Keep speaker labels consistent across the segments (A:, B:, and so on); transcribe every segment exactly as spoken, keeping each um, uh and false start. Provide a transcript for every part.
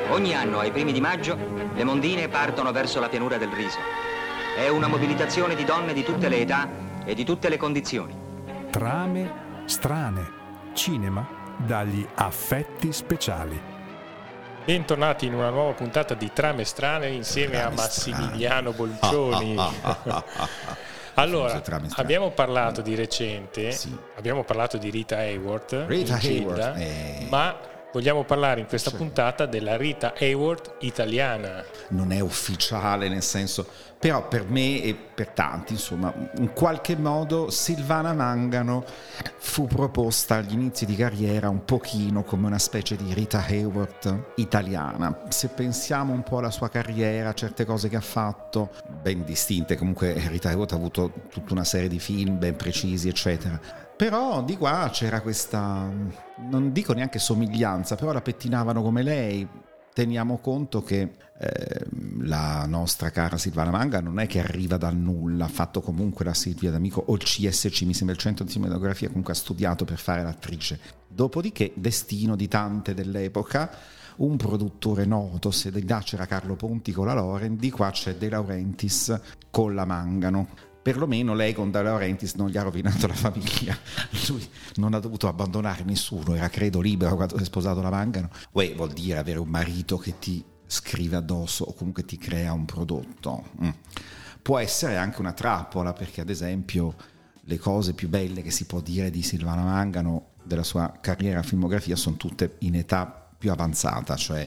A: Ogni anno, ai primi di maggio, le mondine partono verso la pianura del riso. È una mobilitazione di donne di tutte le età e di tutte le condizioni.
B: Trame strane. Cinema dagli affetti speciali.
C: Bentornati in una nuova puntata di Trame strane insieme Trame a Massimiliano strane. Bolcioni. Allora, abbiamo parlato di recente, sì. abbiamo parlato di Rita Hayworth,
D: Rita Hayworth
C: eh. ma vogliamo parlare in questa puntata della Rita Hayworth italiana.
D: Non è ufficiale, nel senso, però per me e per tanti, insomma, in qualche modo Silvana Mangano fu proposta agli inizi di carriera un pochino come una specie di Rita Hayworth italiana. Se pensiamo un po' alla sua carriera, certe cose che ha fatto, ben distinte, comunque Rita Hayworth ha avuto tutta una serie di film ben precisi, eccetera. Però di qua c'era questa, non dico neanche somiglianza, però la pettinavano come lei. Teniamo conto che eh, la nostra cara Silvana Mangano non è che arriva dal nulla, ha fatto comunque la Silvia D'Amico o il C S C, mi sembra il Centro di Cinematografia, comunque ha studiato per fare l'attrice. Dopodiché, destino di tante dell'epoca, un produttore noto, se di là c'era Carlo Ponti con la Loren, di qua c'è De Laurentiis con la Mangano. Perlomeno lei con De Laurentiis non gli ha rovinato la famiglia, lui non ha dovuto abbandonare nessuno, era credo libero quando si è sposato la Mangano. Uè, vuol dire avere un marito che ti scrive addosso o comunque ti crea un prodotto. Mm. Può essere anche una trappola, perché ad esempio le cose più belle che si può dire di Silvana Mangano, della sua carriera filmografia, sono tutte in età più avanzata, cioè...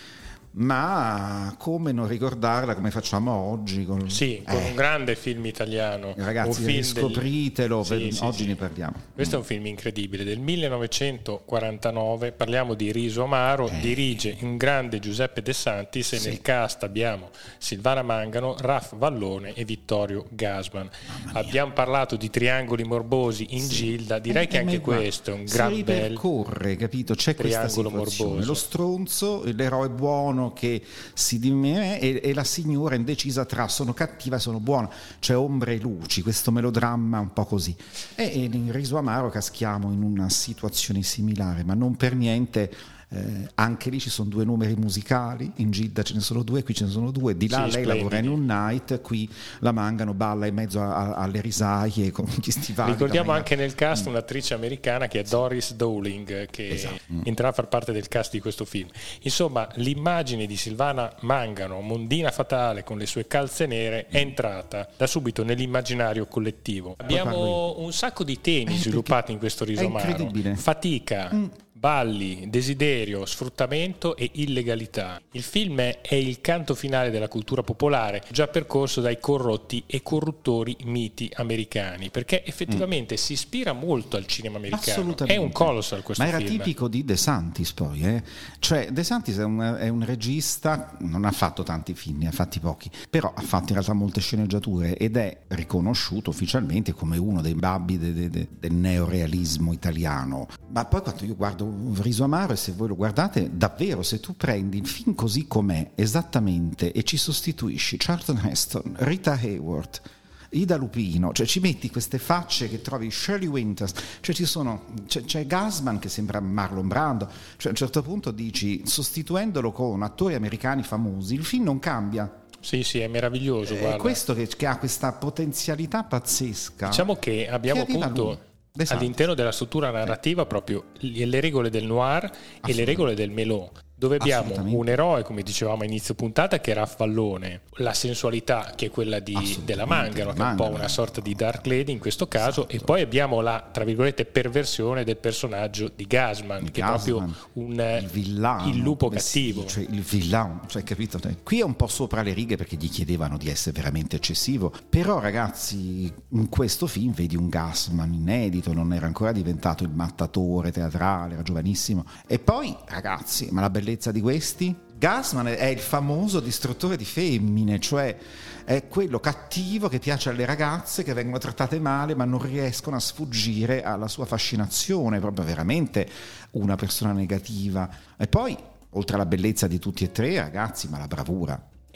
D: Ma come non ricordarla come facciamo oggi con,
C: sì, con eh. un grande film italiano,
D: ragazzi,
C: un film
D: scopritelo,
C: del...
D: per...
C: sì,
D: oggi
C: sì,
D: ne
C: sì.
D: parliamo.
C: Questo è un film incredibile del millenovecentoquarantanove, parliamo di Riso Amaro, eh. dirige un grande Giuseppe De Santis e sì. nel cast abbiamo Silvana Mangano, Raf Vallone e Vittorio Gassman. Abbiamo parlato di triangoli morbosi in sì. Gilda, direi eh, che anche questo è un gran bel
D: ripercorre, capito? C'è
C: triangolo
D: questa
C: morboso,
D: lo stronzo, l'eroe buono che si dimene e, e la signora indecisa tra sono cattiva e sono buona, cioè ombre e luci, questo melodramma un po' così. E, e in Riso Amaro caschiamo in una situazione similare, ma non per niente. Eh, anche lì ci sono due numeri musicali, in Gilda ce ne sono due, qui ce ne sono due, di là sì, lei splendidi. Lavora in un night, qui la Mangano balla in mezzo a, a, alle risaie con gli stivali.
C: Ricordiamo anche nel cast mm. un'attrice americana che è Doris Dowling, che esatto. mm. entrerà a far parte del cast di questo film. Insomma, l'immagine di Silvana Mangano, mondina fatale con le sue calze nere, è entrata da subito nell'immaginario collettivo. Abbiamo un sacco di temi eh, sviluppati in questo Riso Amaro: fatica, mm. balli, desiderio, sfruttamento e illegalità. Il film è il canto finale della cultura popolare, già percorso dai corrotti e corruttori miti americani, perché effettivamente mm. si ispira molto al cinema americano.
D: Assolutamente.
C: È un colossal questo
D: film. Ma era
C: film.
D: tipico di De Santis poi, eh? Cioè De Santis è un, è un regista, non ha fatto tanti film, ne ha fatti pochi, però ha fatto in realtà molte sceneggiature ed è riconosciuto ufficialmente come uno dei babbi de, de, de, del neorealismo italiano. Ma poi quando io guardo Riso Amaro, e se voi lo guardate davvero, se tu prendi il film così com'è esattamente e ci sostituisci Charlton Heston, Rita Hayworth, Ida Lupino, cioè ci metti queste facce che trovi, Shirley Winters, cioè ci sono, c'è, c'è Gassman che sembra Marlon Brando, cioè a un certo punto dici, sostituendolo con attori americani famosi, il film non cambia.
C: Sì, sì, è meraviglioso.
D: È
C: guarda.
D: questo che, che ha questa potenzialità pazzesca.
C: Diciamo che abbiamo che appunto esatto. all'interno della struttura narrativa eh. proprio le regole del noir e le regole del melò, dove abbiamo un eroe, come dicevamo a inizio puntata, che è Raf Vallone, la sensualità che è quella di, della Mangano, che è un po' una sorta di Dark Lady in questo caso, esatto. e poi abbiamo la, tra virgolette, perversione del personaggio di Gassman, il che Gassman, è proprio un il, villano, il lupo cattivo,
D: cioè il villano, cioè capito? Qui è un po' sopra le righe perché gli chiedevano di essere veramente eccessivo, però ragazzi, in questo film vedi un Gassman inedito, non era ancora diventato il mattatore teatrale, era giovanissimo, e poi ragazzi, ma la bellezza di questi, Gassman è il famoso distruttore di femmine, cioè è quello cattivo che piace alle ragazze che vengono trattate male ma non riescono a sfuggire alla sua fascinazione, proprio veramente una persona negativa. E poi oltre alla bellezza di tutti e tre ragazzi, ma la bravura.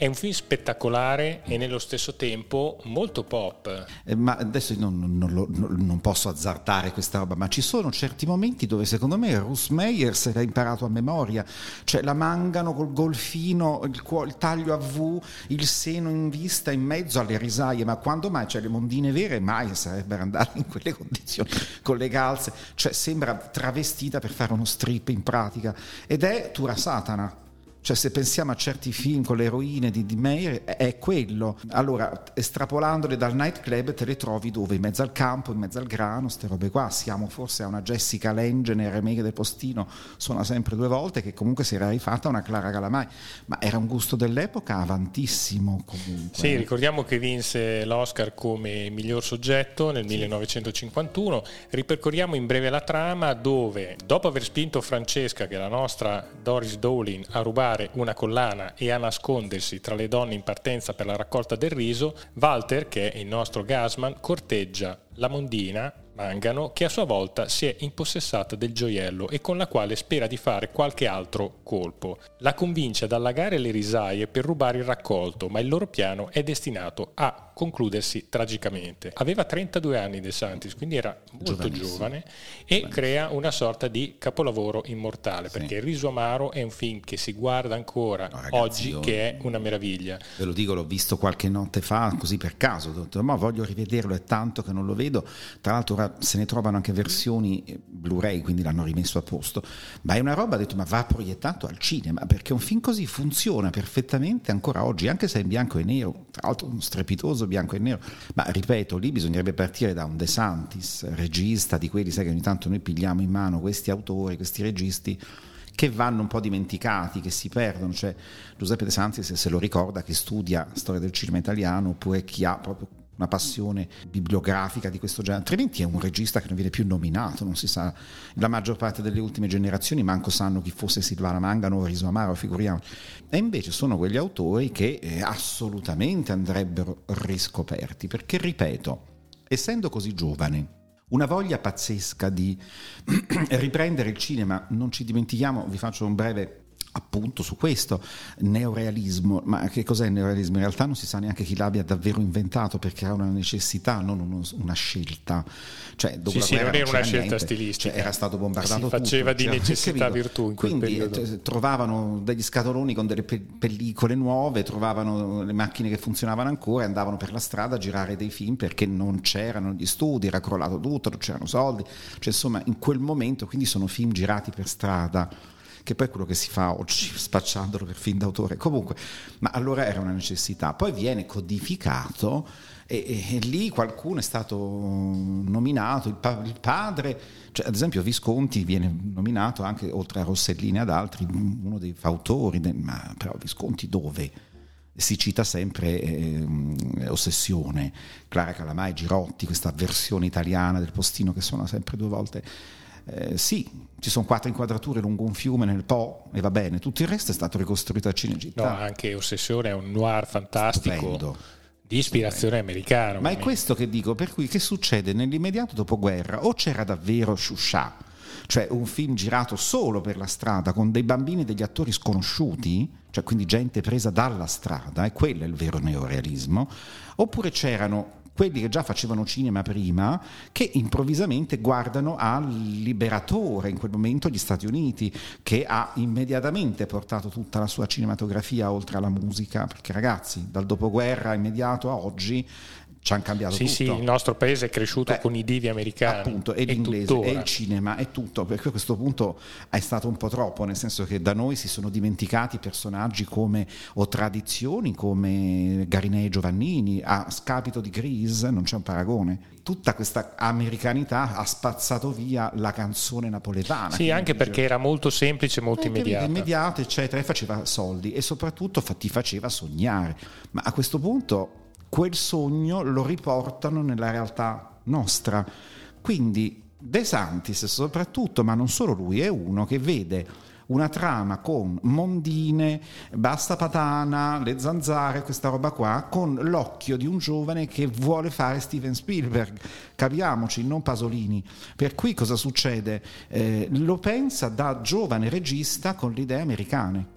C: È un film spettacolare e nello stesso tempo molto pop.
D: Eh, ma adesso non, non, lo, non posso azzardare questa roba, ma ci sono certi momenti dove secondo me Russ Meyer se l'ha imparato a memoria, cioè la Mangano col golfino, il, il taglio a V, il seno in vista in mezzo alle risaie, ma quando mai? Cioè le mondine vere mai sarebbero andate in quelle condizioni con le calze, cioè sembra travestita per fare uno strip in pratica, ed è Tura Satana. Cioè se pensiamo a certi film con le eroine di, di Meyer è quello. Allora estrapolandole dal nightclub te le trovi dove? In mezzo al campo, in mezzo al grano, ste robe qua. Siamo forse a una Jessica Lange nel remake del Postino, suona sempre due volte, che comunque si era rifatta una Clara Calamai, ma era un gusto dell'epoca avantissimo comunque.
C: Sì, ricordiamo che vinse l'Oscar come miglior soggetto nel sì. millenovecentocinquantuno. Ripercorriamo in breve la trama, dove dopo aver spinto Francesca, che è la nostra Doris Dowling, a rubare una collana e a nascondersi tra le donne in partenza per la raccolta del riso, Walter, che è il nostro Gasman, corteggia la Mondina Mangano, che a sua volta si è impossessata del gioiello e con la quale spera di fare qualche altro colpo. La convince ad allagare le risaie per rubare il raccolto, ma il loro piano è destinato a concludersi tragicamente. Aveva trentadue anni De Santis, quindi era molto giovane, e crea una sorta di capolavoro immortale, sì. perché Il riso amaro è un film che si guarda ancora no, ragazzi, oggi, io, che è una meraviglia.
D: Ve lo dico, l'ho visto qualche notte fa, così per caso, ho detto, ma voglio rivederlo, è tanto che non lo vedo. Tra l'altro ora se ne trovano anche versioni Blu-ray, quindi l'hanno rimesso a posto, ma è una roba, ho detto, ma va proiettato al cinema, perché un film così funziona perfettamente ancora oggi, anche se è in bianco e nero, tra l'altro uno strepitoso bianco e nero, ma ripeto, lì bisognerebbe partire da un De Santis, regista di quelli, sai che ogni tanto noi pigliamo in mano questi autori, questi registi che vanno un po' dimenticati, che si perdono, cioè Giuseppe De Santis se lo ricorda, che studia storia del cinema italiano, oppure chi ha proprio una passione bibliografica di questo genere, altrimenti è un regista che non viene più nominato, non si sa, la maggior parte delle ultime generazioni manco sanno chi fosse Silvana Mangano o Riso Amaro, figuriamo, e invece sono quegli autori che eh, assolutamente andrebbero riscoperti, perché ripeto, essendo così giovane, una voglia pazzesca di riprendere il cinema, non ci dimentichiamo, vi faccio un breve appunto su questo neorealismo, ma che cos'è il neorealismo? In realtà non si sa neanche chi l'abbia davvero inventato, perché era una necessità, non uno, una scelta, cioè dopo
C: sì,
D: la
C: sì, non era una scelta
D: niente,
C: stilistica,
D: cioè era stato bombardato,
C: si faceva
D: tutto,
C: di necessità virtù in quel
D: quindi
C: periodo.
D: Trovavano degli scatoloni con delle pe- pellicole nuove, trovavano le macchine che funzionavano ancora e andavano per la strada a girare dei film, perché non c'erano gli studi, era crollato tutto, non c'erano soldi, cioè insomma in quel momento, quindi sono film girati per strada, che poi è quello che si fa oggi spacciandolo per film d'autore, comunque, ma allora era una necessità, poi viene codificato e, e, e lì qualcuno è stato nominato, il, pa- il padre, cioè ad esempio Visconti viene nominato anche, oltre a Rossellini ed altri, uno dei fautori, de- ma però Visconti dove? Si cita sempre eh, Ossessione, Clara Calamai, Girotti, questa versione italiana del Postino che suona sempre due volte. Eh, sì, ci sono quattro inquadrature lungo un fiume nel Po e va bene, tutto il resto è stato ricostruito a Cinecittà.
C: No, anche Ossessione è un noir fantastico, stupendo, di ispirazione stupendo. americana.
D: Ma è questo che dico, per cui che succede nell'immediato dopoguerra? O c'era davvero Sciuscià, cioè un film girato solo per la strada con dei bambini e degli attori sconosciuti, cioè quindi gente presa dalla strada, e quello è il vero neorealismo, oppure c'erano quelli che già facevano cinema prima, che improvvisamente guardano al liberatore, in quel momento gli Stati Uniti, che ha immediatamente portato tutta la sua cinematografia oltre alla musica, perché ragazzi, dal dopoguerra immediato a oggi ci hanno cambiato
C: sì,
D: tutto.
C: Sì, il nostro paese è cresciuto
D: Beh,
C: con i divi americani.
D: Appunto, e l'inglese, e il cinema, e tutto, perché a questo punto è stato un po' troppo, nel senso che da noi si sono dimenticati personaggi come, o tradizioni come Garinei e Giovannini, a scapito di Grease non c'è un paragone. Tutta questa americanità ha spazzato via la canzone napoletana.
C: Sì, anche perché era molto semplice, molto immediata.
D: Immediata, eccetera, e faceva soldi, e soprattutto ti faceva sognare. Ma a questo punto quel sogno lo riportano nella realtà nostra. Quindi De Santis soprattutto, ma non solo lui, è uno che vede una trama con mondine, basta patana, le zanzare, questa roba qua, con l'occhio di un giovane che vuole fare Steven Spielberg, capiamoci, non Pasolini. Per cui cosa succede? Eh, lo pensa da giovane regista con le idee americane.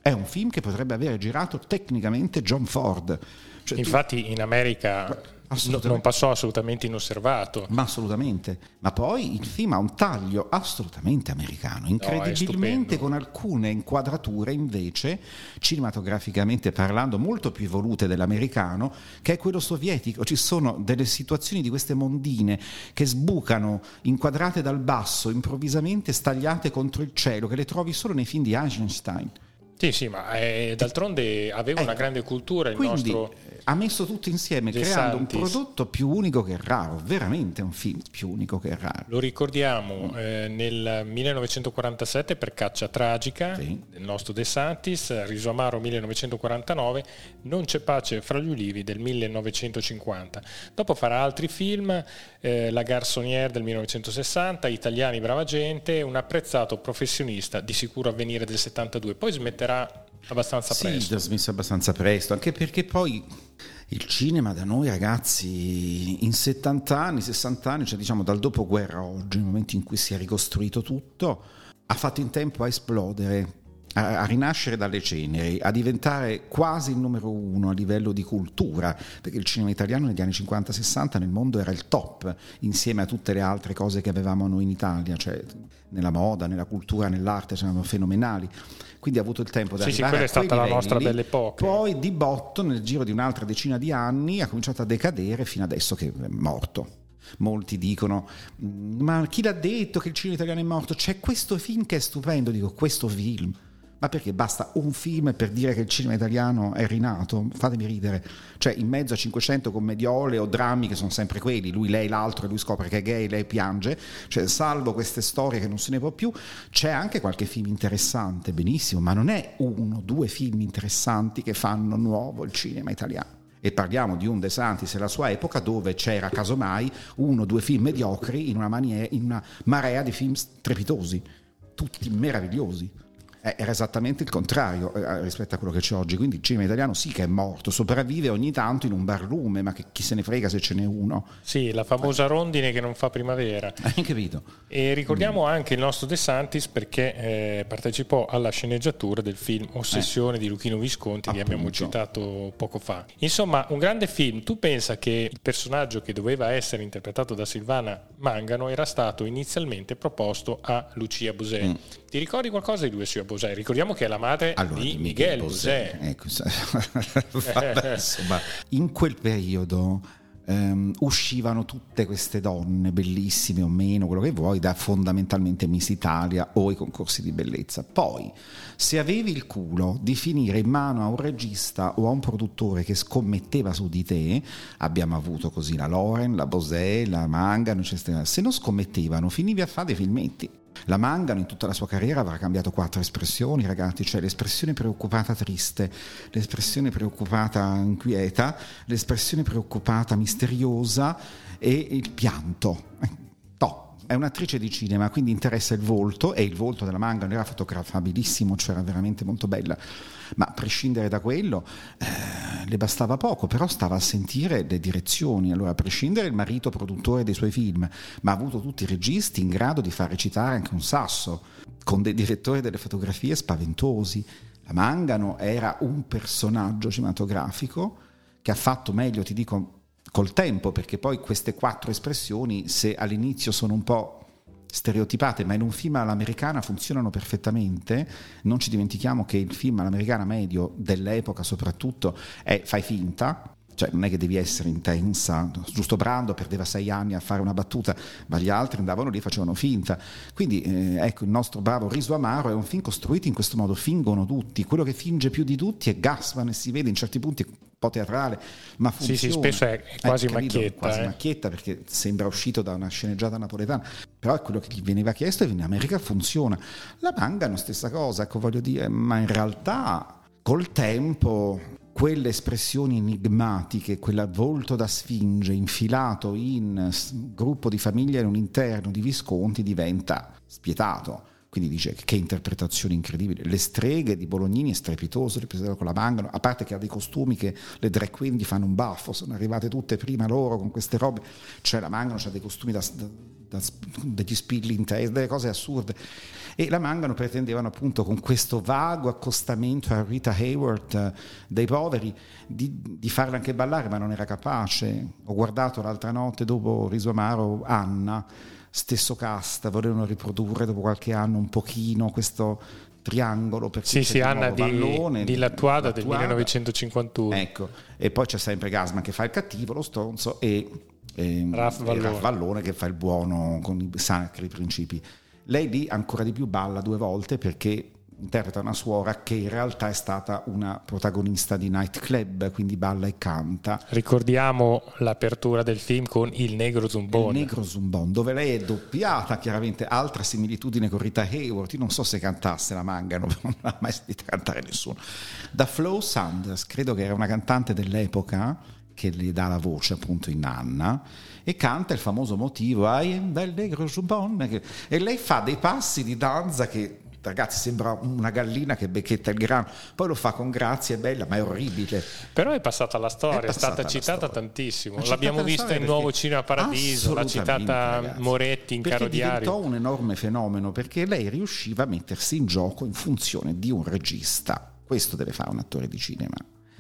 D: È un film che potrebbe avere girato tecnicamente John Ford. Cioè,
C: infatti
D: tu...
C: in America non passò assolutamente inosservato.
D: Ma assolutamente. Ma poi il film ha un taglio assolutamente americano, incredibilmente, no, con alcune inquadrature invece, cinematograficamente parlando, molto più evolute dell'americano, che è quello sovietico. Ci sono delle situazioni di queste mondine che sbucano, inquadrate dal basso, improvvisamente stagliate contro il cielo, che le trovi solo nei film di Eisenstein.
C: Sì, sì, ma eh, d'altronde aveva ecco, una grande cultura il
D: quindi,
C: nostro...
D: ha messo tutto insieme
C: De
D: creando
C: Santis.
D: Un prodotto più unico che raro, veramente un film più unico che raro.
C: Lo ricordiamo eh, nel millenovecentoquarantasette per Caccia tragica, sì, del nostro De Santis, Riso amaro millenovecentoquarantanove, Non c'è pace fra gli ulivi del millenovecentocinquanta. Dopo farà altri film, eh, La Garçonnière del millenovecentosessanta, Italiani brava gente, Un apprezzato professionista, di sicuro Avvenire del settantadue, poi smetterà abbastanza presto.
D: Sì, smesso abbastanza presto, anche perché poi il cinema da noi ragazzi in settanta anni, sessanta anni, cioè diciamo dal dopoguerra a oggi, nel momento in cui si è ricostruito tutto, ha fatto in tempo a esplodere, a, a rinascere dalle ceneri, a diventare quasi il numero uno a livello di cultura, perché il cinema italiano negli anni cinquanta sessanta nel mondo era il top, insieme a tutte le altre cose che avevamo noi in Italia, cioè nella moda, nella cultura, nell'arte, cioè erano fenomenali. Quindi ha avuto il tempo di
C: sì,
D: arrivare
C: sì,
D: a quei livelli.
C: Sì, quella è stata la nostra belle epoca.
D: Poi di botto, nel giro di un'altra decina di anni, ha cominciato a decadere fino adesso che è morto. Molti dicono, ma chi l'ha detto che il cinema italiano è morto? C'è questo film che è stupendo. Dico, questo film? Ma perché basta un film per dire che il cinema italiano è rinato? Fatemi ridere. Cioè, in mezzo a cinquecento commediole o drammi che sono sempre quelli, lui, lei, l'altro, e lui scopre che è gay, lei piange, cioè, salvo queste storie che non se ne può più, c'è anche qualche film interessante, benissimo, ma non è uno, due film interessanti che fanno nuovo il cinema italiano. E parliamo di un De Santis e la sua epoca, dove c'era casomai uno o due film mediocri in una, manie- in una marea di film strepitosi, tutti meravigliosi. Era esattamente il contrario rispetto a quello che c'è oggi, quindi il cinema italiano sì che è morto, sopravvive ogni tanto in un barlume, ma che chi se ne frega se ce n'è uno.
C: Sì, la famosa rondine che non fa primavera.
D: Hai capito?
C: E ricordiamo mm. anche il nostro De Santis perché eh, partecipò alla sceneggiatura del film Ossessione eh. di Luchino Visconti, Appunto. Che abbiamo citato poco fa. Insomma, un grande film. Tu pensa che il personaggio che doveva essere interpretato da Silvana Mangano era stato inizialmente proposto a Lucia Bosè. Mm. Ti ricordi qualcosa di Lucia Bosè? Ricordiamo che è la madre
D: allora,
C: di Miguel Bosè.
D: Ecco, insomma, in quel periodo ehm, uscivano tutte queste donne, bellissime o meno, quello che vuoi, da fondamentalmente Miss Italia o i concorsi di bellezza. Poi, se avevi il culo di finire in mano a un regista o a un produttore che scommetteva su di te, abbiamo avuto così la Loren, la Bosè, la Mangano, eccetera. Se non scommettevano, finivi a fare dei filmetti. La Mangano in tutta la sua carriera avrà cambiato quattro espressioni, ragazzi, cioè l'espressione preoccupata triste, l'espressione preoccupata inquieta, l'espressione preoccupata misteriosa e il pianto. No, è un'attrice di cinema, quindi interessa il volto, e il volto della Mangano era fotografabilissimo, cioè era veramente molto bella. Ma a prescindere da quello eh, le bastava poco, però stava a sentire le direzioni. Allora, a prescindere il marito produttore dei suoi film, ma ha avuto tutti i registi in grado di far recitare anche un sasso, con dei direttori delle fotografie spaventosi. La Mangano era un personaggio cinematografico che ha fatto meglio, ti dico, col tempo, perché poi queste quattro espressioni, se all'inizio sono un po' stereotipate, ma in un film all'americana funzionano perfettamente. Non ci dimentichiamo che il film all'americana medio dell'epoca soprattutto è fai finta, cioè non è che devi essere intensa. Giusto Brando perdeva sei anni a fare una battuta, ma gli altri andavano lì e facevano finta. Quindi eh, ecco, il nostro bravo Riso amaro è un film costruito in questo modo, fingono tutti, quello che finge più di tutti è Gassman, e si vede in certi punti un po' teatrale, ma funziona.
C: Sì, sì, spesso è quasi eh, macchietta.
D: Quasi
C: eh.
D: macchietta, perché sembra uscito da una sceneggiata napoletana, però è quello che gli veniva chiesto e in America funziona. La Mangano stessa cosa, ecco, voglio dire, ma in realtà col tempo quelle espressioni enigmatiche, quel volto da sfinge infilato in gruppo di famiglia in un interno di Visconti diventa spietato. quindi dice che interpretazione incredibile. Le streghe di Bolognini è strepitoso, ripresentato con la Mangano, a parte che ha dei costumi che le drag queen gli fanno un baffo, sono arrivate tutte prima loro con queste robe, cioè la Mangano c'ha dei costumi da, da, da, degli spilli in testa, delle cose assurde, e la Mangano pretendevano appunto con questo vago accostamento a Rita Hayworth eh, dei poveri di, di farla anche ballare, ma non era capace. Ho guardato l'altra notte dopo Riso Amaro Anna, stesso cast, volevano riprodurre dopo qualche anno un pochino questo triangolo, per
C: sì sì, Anna di,
D: Vallone,
C: di Lattuada del
D: Lattuada.
C: millenovecentocinquantuno,
D: ecco, e poi c'è sempre Gasman che fa il cattivo, lo stronzo, e, e
C: Ralph Vallone.
D: Ralph Vallone che fa il buono con i sacri principi. Lei lì ancora di più balla due volte perché interpreta una suora che in realtà è stata una protagonista di nightclub, quindi balla e canta.
C: Ricordiamo l'apertura del film con Il Negro Zumbon.
D: Il Negro Zumbon, dove lei è doppiata, chiaramente altra similitudine con Rita Hayworth. Io non so se cantasse la Mangano, non l'ha mai sentita cantare nessuno. Da Flo Sanders, credo che era una cantante dell'epoca che le dà la voce appunto in Anna, e canta il famoso motivo I am del Negro Zumbon, e lei fa dei passi di danza che, ragazzi, sembra una gallina che becchetta il grano, poi lo fa con grazia, è bella, ma è orribile.
C: Però è passata alla storia, è,
D: è
C: stata citata
D: storia.
C: tantissimo.
D: Citata
C: L'abbiamo vista in Nuovo Cinema Paradiso, l'ha citata ragazzi. Moretti in
D: perché
C: Caro Diario.
D: Diventò un enorme fenomeno perché lei riusciva a mettersi in gioco in funzione di un regista. Questo deve fare un attore di cinema.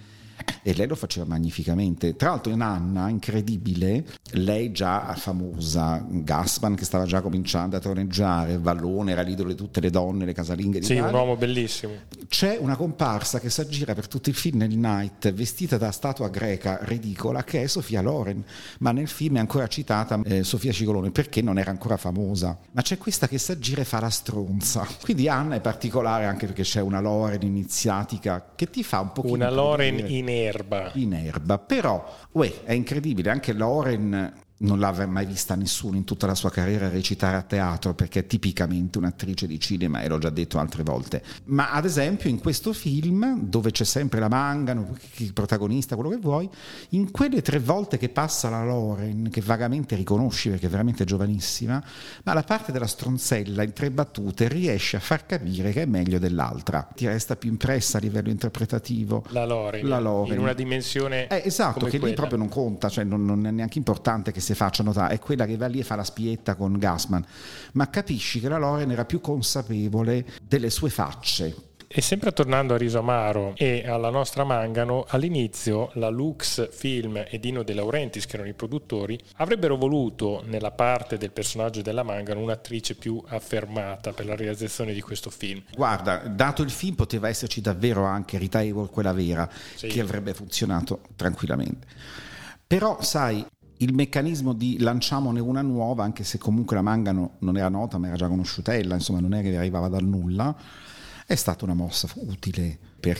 D: E lei lo faceva magnificamente. Tra l'altro in Anna, incredibile, lei già famosa, Gassman che stava già cominciando a troneggiare, Vallone era l'idolo di tutte le donne, le casalinghe di
C: sì,
D: Italia.
C: Un uomo bellissimo.
D: C'è una comparsa che si aggira per tutto il film nel night, vestita da statua greca ridicola, che è Sofia Loren, ma nel film è ancora citata eh, Sofia Cicolone perché non era ancora famosa. Ma c'è questa che si aggira e fa la stronza. Quindi Anna è particolare anche perché c'è una Loren iniziatica che ti fa un pochino...
C: Una Loren in erba.
D: In erba, però uè, è incredibile, anche Loren non l'aveva mai vista nessuno in tutta la sua carriera recitare a teatro, perché è tipicamente un'attrice di cinema, e l'ho già detto altre volte. Ma ad esempio in questo film, dove c'è sempre la Mangano, il protagonista, quello che vuoi, in quelle tre volte che passa la Loren, che vagamente riconosci perché è veramente giovanissima, ma la parte della stronzella in tre battute riesce a far capire che è meglio dell'altra. Ti resta più impressa a livello interpretativo
C: la Loren,
D: la Loren.
C: in una dimensione
D: eh, esatto,
C: come
D: che
C: quella.
D: Lì proprio non conta, cioè non, non è neanche importante che si faccia notare, è quella che va lì e fa la spietta con Gassman, ma capisci che la Loren era più consapevole delle sue facce.
C: E sempre tornando a Riso Amaro e alla nostra Mangano, all'inizio la Lux Film e Dino De Laurentiis, che erano i produttori, avrebbero voluto nella parte del personaggio della Mangano un'attrice più affermata per la realizzazione di questo film.
D: Guarda, dato il film poteva esserci davvero anche Rita Hayworth, quella vera, sì, che avrebbe funzionato tranquillamente. Però sai, il meccanismo di lanciamone una nuova, anche se comunque la Mangano non era nota ma era già conosciutella, insomma non è che arrivava dal nulla, è stata una mossa utile,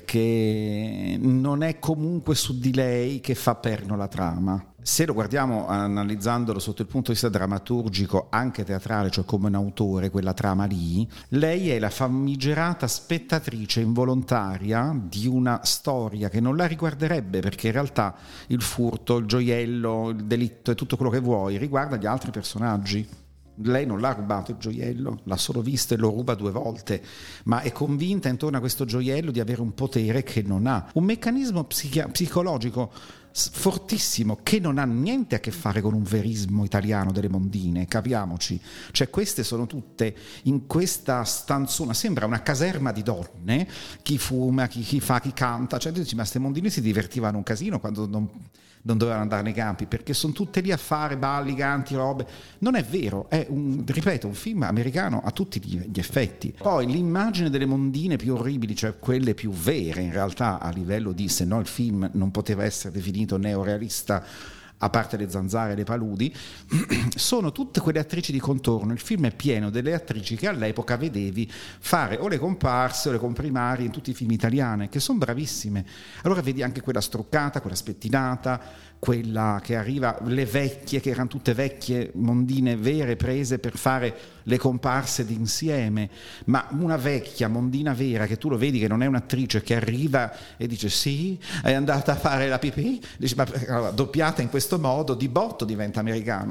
D: perché non è comunque su di lei che fa perno la trama. Se lo guardiamo analizzandolo sotto il punto di vista drammaturgico, anche teatrale, cioè come un autore, quella trama lì, lei è la famigerata spettatrice involontaria di una storia che non la riguarderebbe, perché in realtà il furto, il gioiello, il delitto e tutto quello che vuoi riguarda gli altri personaggi. Lei non l'ha rubato il gioiello, l'ha solo visto e lo ruba due volte, ma è convinta intorno a questo gioiello di avere un potere che non ha, un meccanismo psichi- psicologico fortissimo che non ha niente a che fare con un verismo italiano delle mondine, capiamoci. Cioè queste sono tutte in questa stanzona, sembra una caserma di donne, chi fuma, chi, chi fa, chi canta, cioè dici, ma queste mondine si divertivano un casino quando non, non dovevano andare nei campi, perché sono tutte lì a fare balli, canti, robe. Non è vero, è un, ripeto, un film americano a tutti gli effetti. Poi l'immagine delle mondine più orribili, cioè quelle più vere in realtà a livello di, se no il film non poteva essere definito neorealista, a parte le zanzare e le paludi, sono tutte quelle attrici di contorno. Il film è pieno delle attrici che all'epoca vedevi fare o le comparse o le comprimarie in tutti i film italiani, che sono bravissime. Allora vedi anche quella struccata, quella spettinata, quella che arriva, le vecchie, che erano tutte vecchie mondine vere prese per fare le comparse d'insieme, ma una vecchia mondina vera che tu lo vedi che non è un'attrice, che arriva e dice sì, è andata a fare la pipì, dice, ma allora, doppiata in questo modo di botto diventa americano.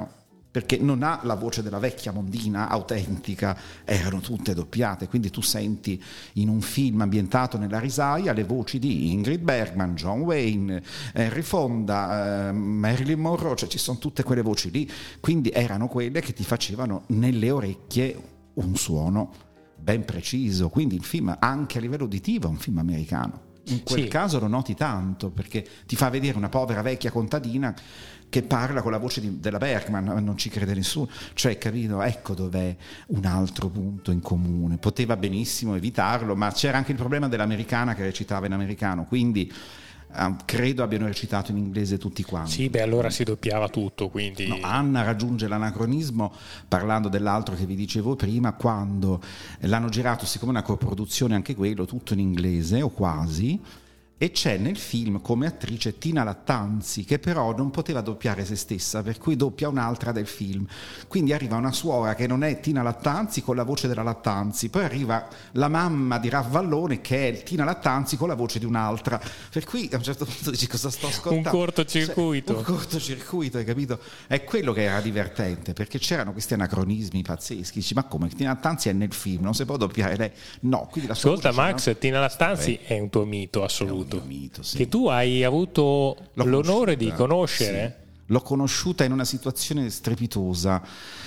D: perché non ha la voce della vecchia Mondina autentica, erano tutte doppiate, quindi tu senti in un film ambientato nella risaia le voci di Ingrid Bergman, John Wayne, Henry Fonda, eh, Marilyn Monroe, cioè ci sono tutte quelle voci lì, quindi erano quelle che ti facevano nelle orecchie un suono ben preciso, quindi il film anche a livello uditivo è un film americano. In quel
C: sì.
D: caso lo noti tanto, perché ti fa vedere una povera vecchia contadina che parla con la voce di, della Bergman, non ci crede nessuno, cioè capito, ecco dov'è un altro punto in comune. Poteva benissimo evitarlo, ma c'era anche il problema dell'americana che recitava in americano, quindi eh, credo abbiano recitato in inglese tutti quanti.
C: Sì, beh, allora si doppiava tutto, quindi...
D: No, Anna raggiunge l'anacronismo parlando dell'altro che vi dicevo prima, quando l'hanno girato, siccome è una coproduzione anche quello, tutto in inglese o quasi, e c'è nel film come attrice Tina Lattanzi, che però non poteva doppiare se stessa, per cui doppia un'altra del film. Quindi arriva una suora che non è Tina Lattanzi con la voce della Lattanzi, poi arriva la mamma di Ravallone che è Tina Lattanzi con la voce di un'altra, per cui a un certo punto dici cosa sto ascoltando?
C: Un cortocircuito.
D: Cioè, un cortocircuito, hai capito? È quello che era divertente, perché c'erano questi anacronismi pazzeschi. Dici, ma come? Tina Lattanzi è nel film, non si può doppiare lei? No. Quindi la sua
C: Ascolta Max,
D: no?
C: Tina Lattanzi
D: Beh,
C: è un tuo mito assoluto.
D: Mito, sì.
C: Che tu hai avuto
D: L'ho
C: l'onore di
D: conosciuta,
C: conoscere?
D: Sì. L'ho conosciuta in una situazione strepitosa.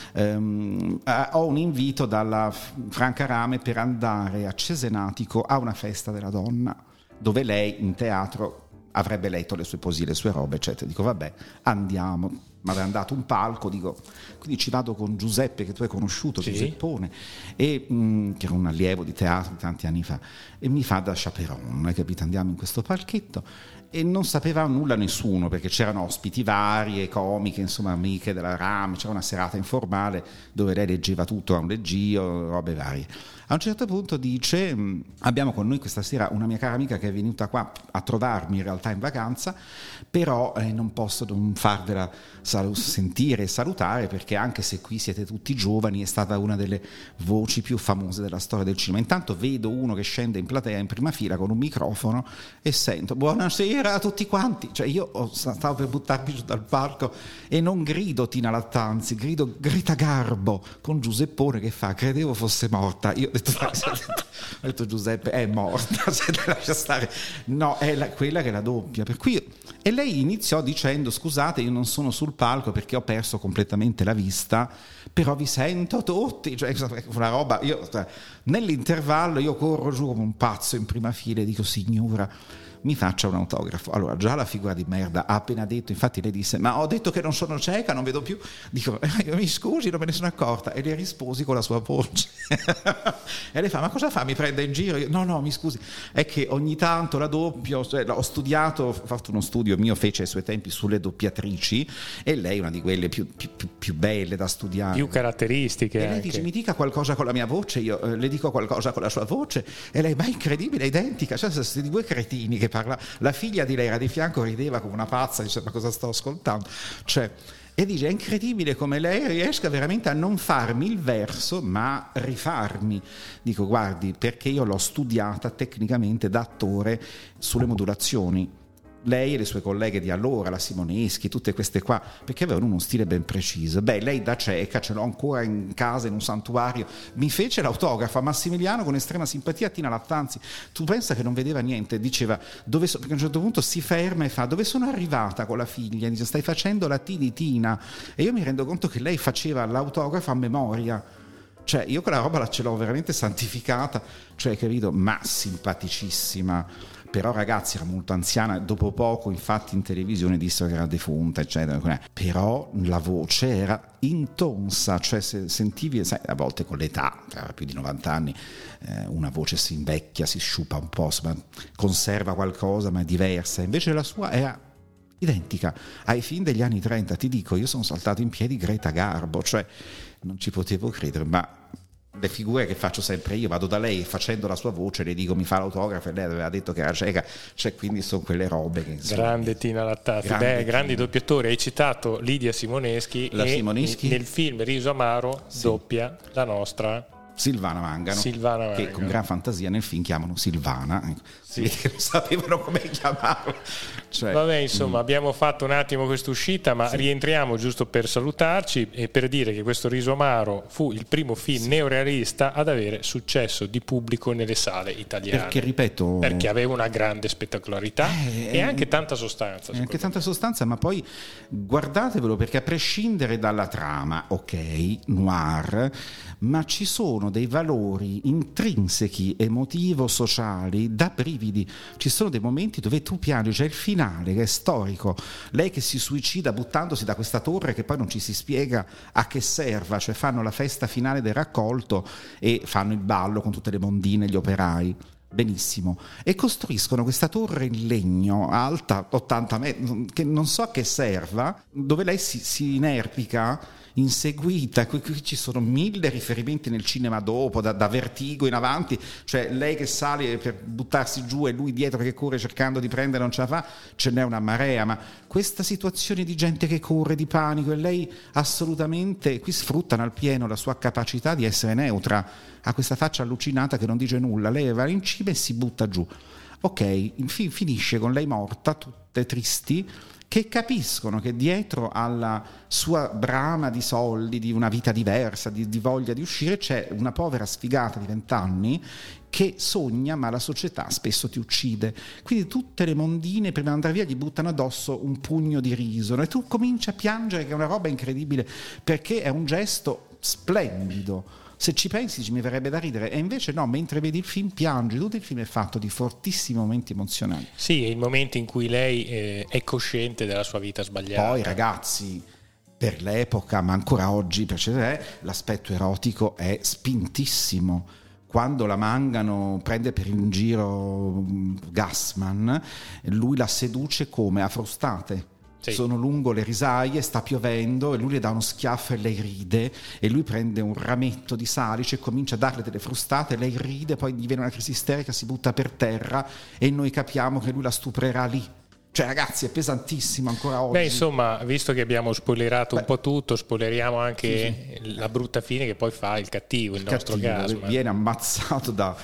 D: Um, ho un invito dalla Franca Rame per andare a Cesenatico a una festa della donna, dove lei in teatro avrebbe letto le sue poesie, le sue robe, eccetera. Dico vabbè, andiamo. Mi aveva dato un palco, dico, quindi ci vado con Giuseppe, che tu hai conosciuto,
C: sì.
D: Giuseppone, e, mh, che era un allievo di teatro tanti anni fa, e mi fa da chaperon, hai capito? Andiamo in questo palchetto, e non sapeva nulla nessuno, perché c'erano ospiti varie, comiche, insomma amiche della RAM, c'era una serata informale dove lei leggeva tutto a un leggio, robe varie. A un certo punto dice, abbiamo con noi questa sera una mia cara amica che è venuta qua a trovarmi in realtà in vacanza, però eh, non posso non farvela sal- sentire e salutare, perché anche se qui siete tutti giovani è stata una delle voci più famose della storia del cinema. Intanto vedo uno che scende in platea in prima fila con un microfono e sento buonasera a tutti quanti, cioè io stavo per buttarmi giù dal palco e non grido Tina Lattanzi, grido Greta Garbo con Giuseppone che fa, credevo fosse morta. Io ho detto, ho detto Giuseppe è morta, se te lascia stare, no, è la, quella che la doppia, per cui, e lei iniziò dicendo scusate io non sono sul palco perché ho perso completamente la vista, però vi sento tutti, cioè una roba, io nell'intervallo io corro giù come un pazzo in prima fila e dico signora mi faccia un autografo. Allora già la figura di merda ha appena detto, infatti lei disse ma ho detto che non sono cieca, non vedo più, dico eh, mi scusi non me ne sono accorta, e le risposi con la sua voce e lei fa ma cosa fa, mi prende in giro? Io, no no mi scusi, è che ogni tanto la doppio, cioè, ho studiato, ho fatto uno studio mio, fece ai suoi tempi sulle doppiatrici e lei è una di quelle più, più, più, più belle da studiare,
C: più caratteristiche,
D: e lei
C: anche.
D: dice mi dica qualcosa con la mia voce, io eh, le dico qualcosa con la sua voce, e lei ma è incredibile, è identica, cioè questi due cretini che parla, la figlia di lei era di fianco, rideva come una pazza, dice ma cosa sto ascoltando, cioè, e dice è incredibile come lei riesca veramente a non farmi il verso ma rifarmi. Dico guardi perché io l'ho studiata tecnicamente da attore sulle modulazioni, lei e le sue colleghe di allora, la Simoneschi, tutte queste qua, perché avevano uno stile ben preciso. Beh, lei da cieca, ce l'ho ancora in casa in un santuario, mi fece l'autografo a Massimiliano con estrema simpatia a Tina Lattanzi. Tu pensa che non vedeva niente, diceva dove so, perché a un certo punto si ferma e fa dove sono arrivata con la figlia, dice stai facendo la T di Tina, e io mi rendo conto che lei faceva l'autografo a memoria. Cioè io quella roba la ce l'ho veramente santificata, cioè capito, ma simpaticissima. Però ragazzi era molto anziana, dopo poco infatti in televisione dissero che era defunta eccetera, però la voce era intonsa, cioè se sentivi, sai, a volte con l'età, aveva più di novanta anni, eh, una voce si invecchia, si sciupa un po', ma conserva qualcosa ma è diversa, invece la sua era identica ai film degli anni trenta. Ti dico, io sono saltato in piedi Greta Garbo, cioè non ci potevo credere, ma le figure che faccio sempre io, vado da lei facendo la sua voce, le dico mi fa l'autografo e lei aveva detto che era cieca, cioè quindi sono quelle robe che insomma,
C: grande Tina Lattanzi, beh, grandi doppiatori. Hai citato Lidia Simoneschi,
D: la
C: e
D: Simoneschi
C: nel film Riso Amaro sì. doppia la nostra
D: Silvana Mangano,
C: Silvana Mangano,
D: che con gran fantasia nel film chiamano Silvana, sì. Che non sapevano come chiamarla. Cioè,
C: Vabbè, insomma,
D: mm.
C: abbiamo fatto un attimo questa uscita, ma sì. rientriamo giusto per salutarci e per dire che questo Riso Amaro fu il primo film sì. neorealista ad avere successo di pubblico nelle sale italiane.
D: Perché, ripeto,
C: perché aveva una grande spettacolarità eh, e anche tanta sostanza.
D: Anche me. tanta sostanza, ma poi guardatevelo, perché a prescindere dalla trama, ok, noir, ma ci sono dei valori intrinsechi, emotivo-sociali, da brividi. Ci sono dei momenti dove tu piangi, c'è il finale che è storico, lei che si suicida buttandosi da questa torre che poi non ci si spiega a che serva, cioè fanno la festa finale del raccolto e fanno il ballo con tutte le mondine, gli operai. Benissimo, e costruiscono questa torre in legno alta ottanta metri, che non so a che serva, dove lei si, si inerpica inseguita. Qui, qui ci sono mille riferimenti nel cinema dopo, da, da Vertigo in avanti, cioè lei che sale per buttarsi giù e lui dietro che corre cercando di prendere, non ce la fa, ce n'è una marea, ma questa situazione di gente che corre, di panico, e lei assolutamente, qui sfruttano al pieno la sua capacità di essere neutra, ha questa faccia allucinata che non dice nulla, lei va in cima e si butta giù. Ok, in fin- finisce con lei morta, tutte tristi, che capiscono che dietro alla sua brama di soldi, di una vita diversa, di, di voglia di uscire, c'è una povera sfigata di vent'anni che sogna, ma la società spesso ti uccide. Quindi tutte le mondine prima di andare via gli buttano addosso un pugno di riso e tu cominci a piangere, che è una roba incredibile, perché è un gesto splendido. Se ci pensi mi verrebbe da ridere, e invece no, mentre vedi il film piangi. Tutto il film è fatto di fortissimi momenti emozionali.
C: Sì, è il momento in cui lei eh, è cosciente della sua vita sbagliata.
D: Poi ragazzi, per l'epoca, ma ancora oggi, per cioè, l'aspetto erotico è spintissimo. Quando la Mangano prende per in giro Gassman, lui la seduce come a frustate. Sì. Sono lungo le risaie, sta piovendo e lui le dà uno schiaffo e lei ride, e lui prende un rametto di salice e comincia a darle delle frustate, lei ride, poi gli viene una crisi isterica, si butta per terra e noi capiamo che lui la stuprerà lì. Cioè ragazzi, è pesantissimo ancora oggi.
C: Beh, insomma, visto che abbiamo spoilerato Beh, un po' tutto, spoileriamo anche sì, sì. la brutta fine che poi fa il cattivo, il, il nostro Gassman.
D: Viene ammazzato da,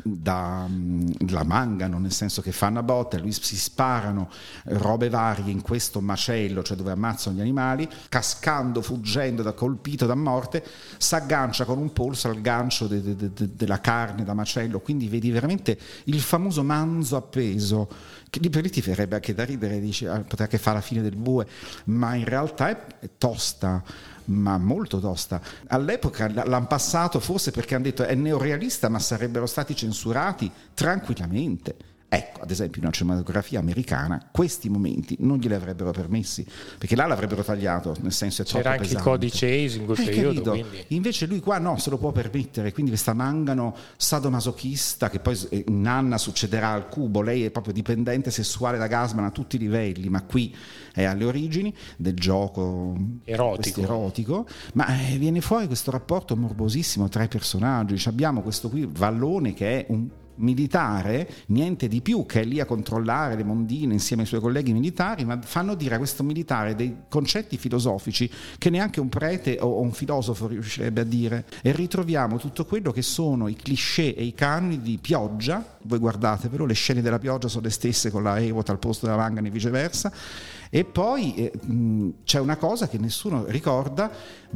D: da la Mangano, nel senso che fanno a botte, lui si sparano robe varie in questo macello, cioè dove ammazzano gli animali, cascando, fuggendo, da colpito da morte, s'aggancia con un polso al gancio de, de, de, della carne da macello, quindi vedi veramente il famoso manzo appeso, che lì per lì ti verrebbe anche da ridere, dici ah, potrà che fa la fine del bue, ma in realtà è, è tosta, ma molto tosta. All'epoca l'hanno passato forse perché hanno detto è neorealista, ma sarebbero stati censurati tranquillamente. Ecco, ad esempio in una cinematografia americana questi momenti non glieli avrebbero permessi, perché là l'avrebbero tagliato, nel senso è troppo
C: pesante. C'era anche il codice A S in quel
D: eh,
C: periodo, quindi.
D: Invece lui qua no, se lo può permettere, quindi questa Mangano sadomasochista, che poi in Anna succederà al cubo, lei è proprio dipendente sessuale da Gassman a tutti i livelli, ma qui è alle origini del gioco
C: erotico,
D: erotico ma eh, viene fuori questo rapporto morbosissimo tra i personaggi. Abbiamo questo qui Vallone che è un militare, niente di più, che è lì a controllare le mondine insieme ai suoi colleghi militari, ma fanno dire a questo militare dei concetti filosofici che neanche un prete o un filosofo riuscirebbe a dire, e ritroviamo tutto quello che sono i cliché e i canoni di Pioggia. Voi guardatevelo, le scene della Pioggia sono le stesse con la Ewot al posto della Mangano e viceversa. E poi eh, mh, c'è una cosa che nessuno ricorda,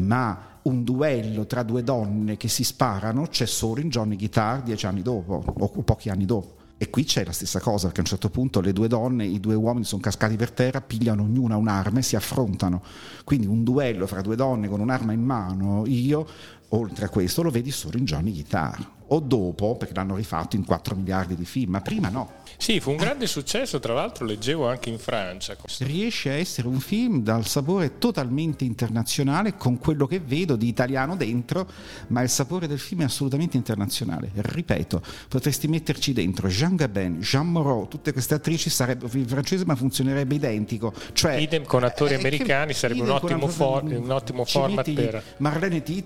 D: ma un duello tra due donne che si sparano c'è solo in Johnny Guitar dieci anni dopo o pochi anni dopo. E qui c'è la stessa cosa, perché a un certo punto le due donne, i due uomini sono cascati per terra, pigliano ognuna un'arma e si affrontano. Quindi un duello fra due donne con un'arma in mano, io, oltre a questo, lo vedi solo in Johnny Guitar. O dopo, perché l'hanno rifatto in quattro miliardi di film, ma prima no.
C: Sì, fu un grande successo, tra l'altro leggevo anche in Francia.
D: Riesce a essere un film dal sapore totalmente internazionale, con quello che vedo di italiano dentro, ma il sapore del film è assolutamente internazionale. Ripeto, potresti metterci dentro Jean Gabin, Jean Moreau, tutte queste attrici, sarebbe un film francese ma funzionerebbe identico. Cioè,
C: idem con attori eh, americani, sarebbe un ottimo, for- un ottimo format per...
D: Marlene Dietrich, quelle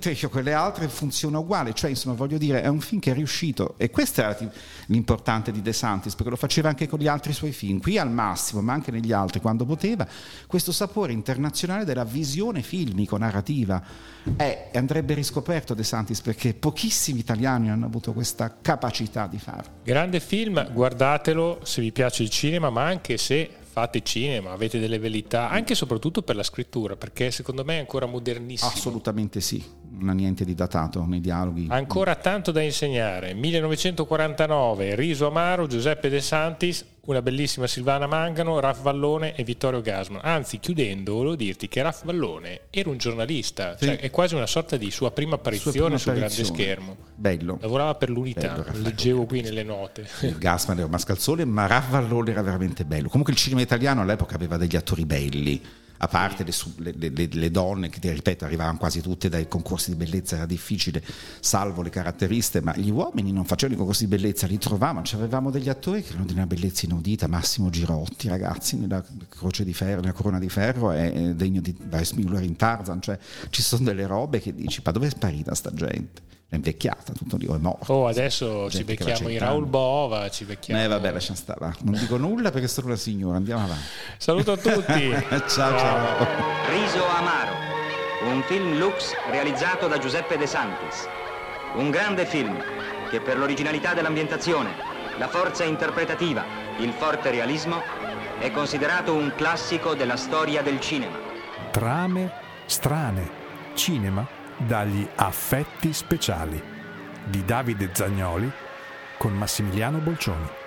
D: le altre funziona uguale, cioè insomma voglio dire è un film che è riuscito, e questo era l'importante di De Santis, perché lo faceva anche con gli altri suoi film, qui al massimo ma anche negli altri quando poteva, questo sapore internazionale della visione filmico-narrativa è, andrebbe riscoperto De Santis, perché pochissimi italiani hanno avuto questa capacità di farlo.
C: Grande film, guardatelo se vi piace il cinema, ma anche se fate cinema, avete delle velleità, anche e soprattutto per la scrittura, perché secondo me è ancora modernissimo.
D: Assolutamente sì, non ha niente di datato nei dialoghi.
C: Ancora tanto da insegnare. millenovecentoquarantanove, Riso Amaro, Giuseppe De Santis, una bellissima Silvana Mangano, Ralph Vallone e Vittorio Gassman. Anzi, chiudendo, volevo dirti che Ralph Vallone era un giornalista, sì. Cioè è quasi una sorta di sua prima apparizione sul grande schermo.
D: Bello.
C: Lavorava per l'Unità, bello, leggevo qui nelle note.
D: Gassman era un mascalzone, ma Ralph Vallone era veramente bello. Comunque il cinema italiano all'epoca aveva degli attori belli, a parte sì. le, le, le, le donne che, ti ripeto, arrivavano quasi tutte dai concorsi di bellezza, era difficile, salvo le caratteristiche, ma gli uomini non facevano i concorsi di bellezza, li trovavano, cioè, avevamo degli attori che erano di una bellezza inaudita. Massimo Girotti, ragazzi, nella Croce di Ferro, nella Corona di Ferro è degno di Bryce Miller in Tarzan, cioè ci sono delle robe che dici, ma dove è sparita sta gente? È invecchiata, tutto lì, è morto.
C: Oh, adesso ci becchiamo i Raul Bova, ci becchiamo.
D: Eh vabbè, lascia stare, va. Non dico nulla perché sono una signora, andiamo avanti.
C: Saluto a tutti.
D: ciao, ciao, ciao.
A: Riso Amaro, un film Lux realizzato da Giuseppe De Santis. Un grande film che per l'originalità dell'ambientazione, la forza interpretativa, il forte realismo, è considerato un classico della storia del cinema.
B: Trame strane, cinema dagli affetti speciali di Davide Zagnoli con Massimiliano Bolcioni.